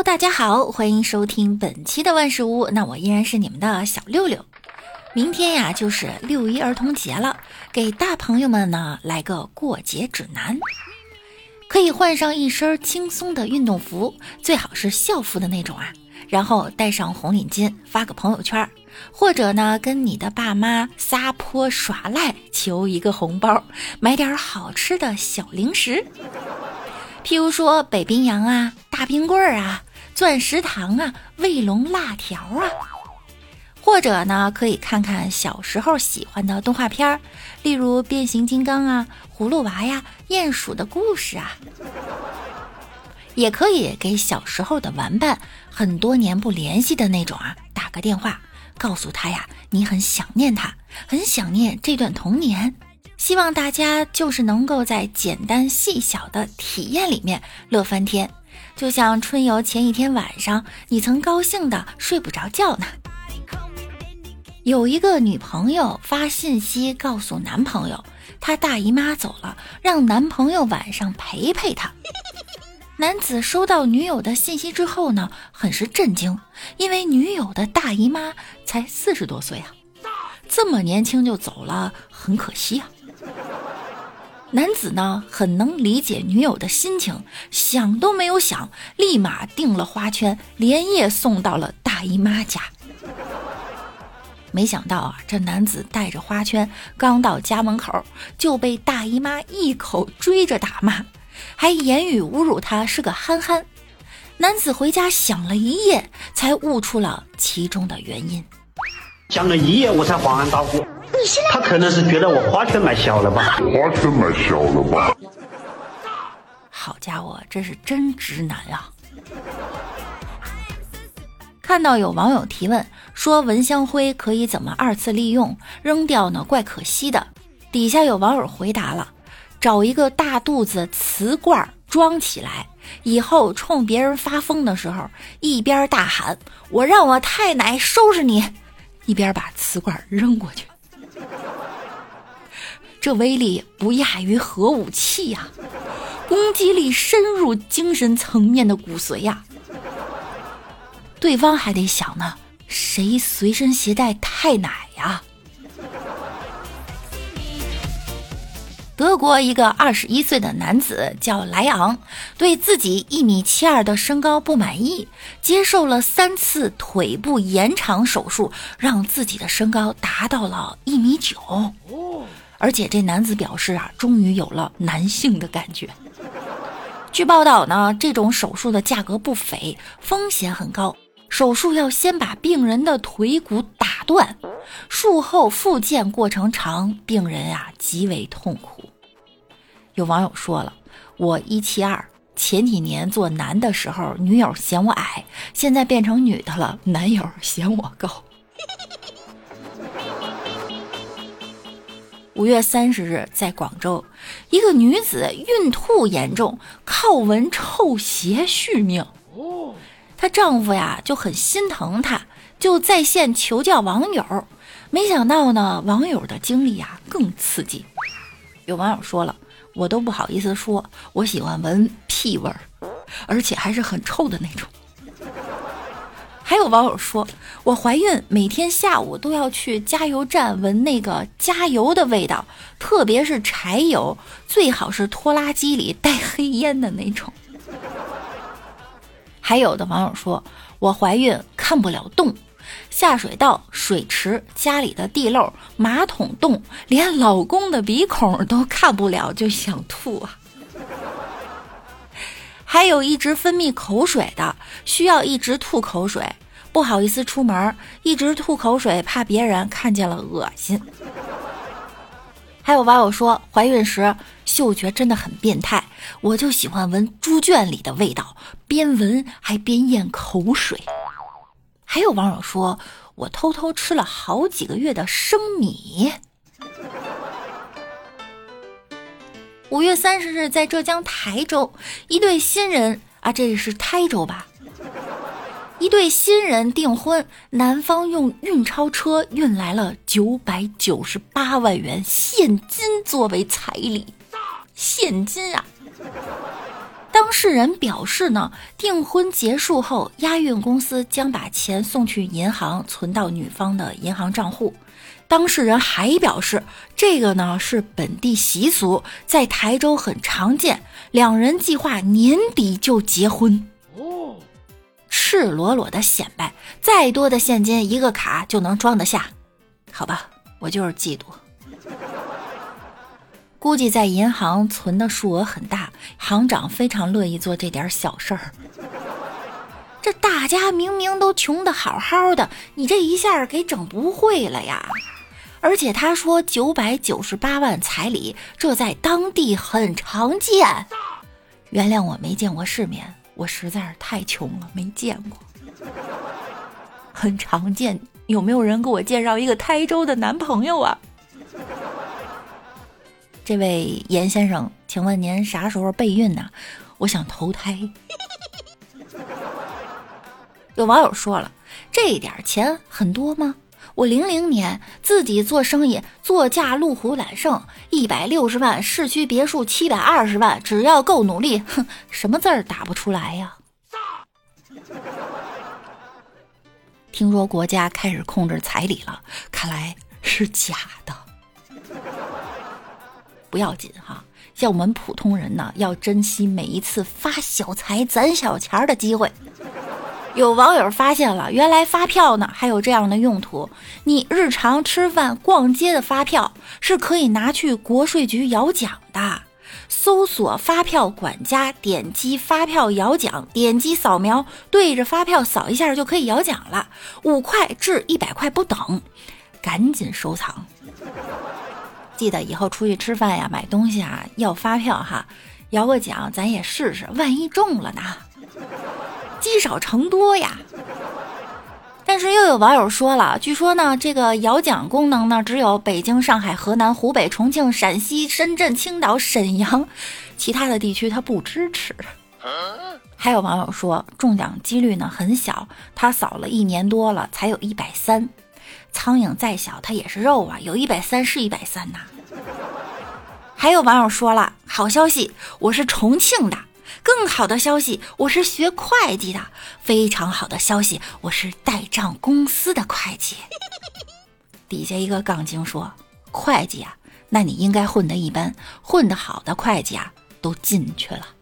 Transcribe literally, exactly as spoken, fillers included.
大家好，欢迎收听本期的万事屋，那我依然是你们的小六六。明天呀就是六一儿童节了，给大朋友们呢来个过节指南。可以换上一身轻松的运动服，最好是校服的那种啊，然后戴上红领巾发个朋友圈，或者呢跟你的爸妈撒泼耍赖，求一个红包，买点好吃的小零食，譬如说北冰洋啊、大冰棍啊、钻石糖啊、卫龙辣条啊，或者呢可以看看小时候喜欢的动画片，例如变形金刚啊、葫芦娃呀、鼹鼠的故事啊。也可以给小时候的玩伴，很多年不联系的那种啊，打个电话，告诉他呀你很想念他，很想念这段童年。希望大家就是能够在简单细小的体验里面乐翻天，就像春游前一天晚上，你曾高兴的睡不着觉呢。有一个女朋友发信息告诉男朋友，她大姨妈走了，让男朋友晚上陪陪她。男子收到女友的信息之后呢，很是震惊，因为女友的大姨妈才四十多岁啊，这么年轻就走了，很可惜啊。男子呢很能理解女友的心情，想都没有想，立马订了花圈，连夜送到了大姨妈家。没想到啊，这男子带着花圈刚到家门口，就被大姨妈一口追着打骂，还言语侮辱他是个憨憨。男子回家想了一夜，才悟出了其中的原因。 想了一夜我才恍然大悟，他可能是觉得我花圈买小了吧， 花圈买小了吧。 好家伙，这是真直男啊！看到有网友提问说蚊香灰可以怎么二次利用，扔掉呢怪可惜的，底下有网友回答了，找一个大肚子瓷罐装起来，以后冲别人发疯的时候，一边大喊我让我太奶收拾你，一边把瓷罐扔过去。这威力不亚于核武器呀、啊，攻击力深入精神层面的骨髓呀、啊。对方还得想呢，谁随身携带太奶呀？德国一个二十一岁的男子叫莱昂，对自己一米七二的身高不满意，接受了三次腿部延长手术，让自己的身高达到了一米九。而且这男子表示啊，终于有了男性的感觉。据报道呢，这种手术的价格不菲，风险很高。手术要先把病人的腿骨打断，术后复健过程长，病人啊极为痛苦。有网友说了，我一七二，前几年做男的时候女友嫌我矮，现在变成女的了，男友嫌我高。五月三十日，在广州，一个女子孕吐严重，靠闻臭鞋续命。她丈夫呀就很心疼她，就在线求教网友。没想到呢，网友的经历呀更刺激。有网友说了，我都不好意思说，我喜欢闻屁味儿，而且还是很臭的那种。还有网友说，我怀孕每天下午都要去加油站闻那个加油的味道，特别是柴油，最好是拖拉机里带黑烟的那种。还有的网友说，我怀孕看不了洞，下水道、水池、家里的地漏、马桶洞，连老公的鼻孔都看不了，就想吐啊。还有一直分泌口水的，需要一直吐口水，不好意思出门，一直吐口水，怕别人看见了恶心。还有网友说，怀孕时嗅觉真的很变态，我就喜欢闻猪圈里的味道，边闻还边咽口水。还有网友说，我偷偷吃了好几个月的生米。五月三十日，在浙江台州，一对新人啊，这是台州吧？一对新人订婚，男方用运钞车运来了九百九十八万元现金作为彩礼，现金啊！当当事人表示呢，订婚结束后，押运公司将把钱送去银行，存到女方的银行账户。当事人还表示，这个呢是本地习俗，在台州很常见，两人计划年底就结婚。哦，赤裸裸的显摆，再多的现金一个卡就能装得下。好吧，我就是嫉妒。估计在银行存的数额很大，行长非常乐意做这点小事儿。这大家明明都穷得好好的，你这一下给整不会了呀！而且他说九百九十八万彩礼，这在当地很常见。原谅我没见过世面，我实在是太穷了，没见过。很常见，有没有人给我介绍一个台州的男朋友啊？这位严先生，请问您啥时候备孕呢？我想投胎。有网友说了，这点钱很多吗？我零零年自己做生意，座驾路虎揽胜一百六十万，市区别墅七百二十万，只要够努力，哼，什么字儿打不出来呀？听说国家开始控制彩礼了，看来是假的。不要紧哈，像我们普通人呢，要珍惜每一次发小财攒小钱的机会。有网友发现了，原来发票呢还有这样的用途，你日常吃饭逛街的发票是可以拿去国税局摇奖的。搜索发票管家，点击发票摇奖，点击扫描，对着发票扫一下就可以摇奖了，五块至一百块不等，赶紧收藏。记得以后出去吃饭呀，买东西啊，要发票哈，摇个奖咱也试试，万一中了呢，积少成多呀。但是又有网友说了，据说呢，这个摇奖功能呢，只有北京、上海、河南、湖北、重庆、陕西、深圳、青岛、沈阳，其他的地区它不支持。还有网友说，中奖几率呢很小，他扫了一年多了才有一百三。苍蝇再小它也是肉啊，有一百三是一百三呐。还有网友说了，好消息，我是重庆的。更好的消息，我是学会计的。非常好的消息，我是代账公司的会计。底下一个杠精说，会计啊，那你应该混得一般，混得好的会计啊都进去了。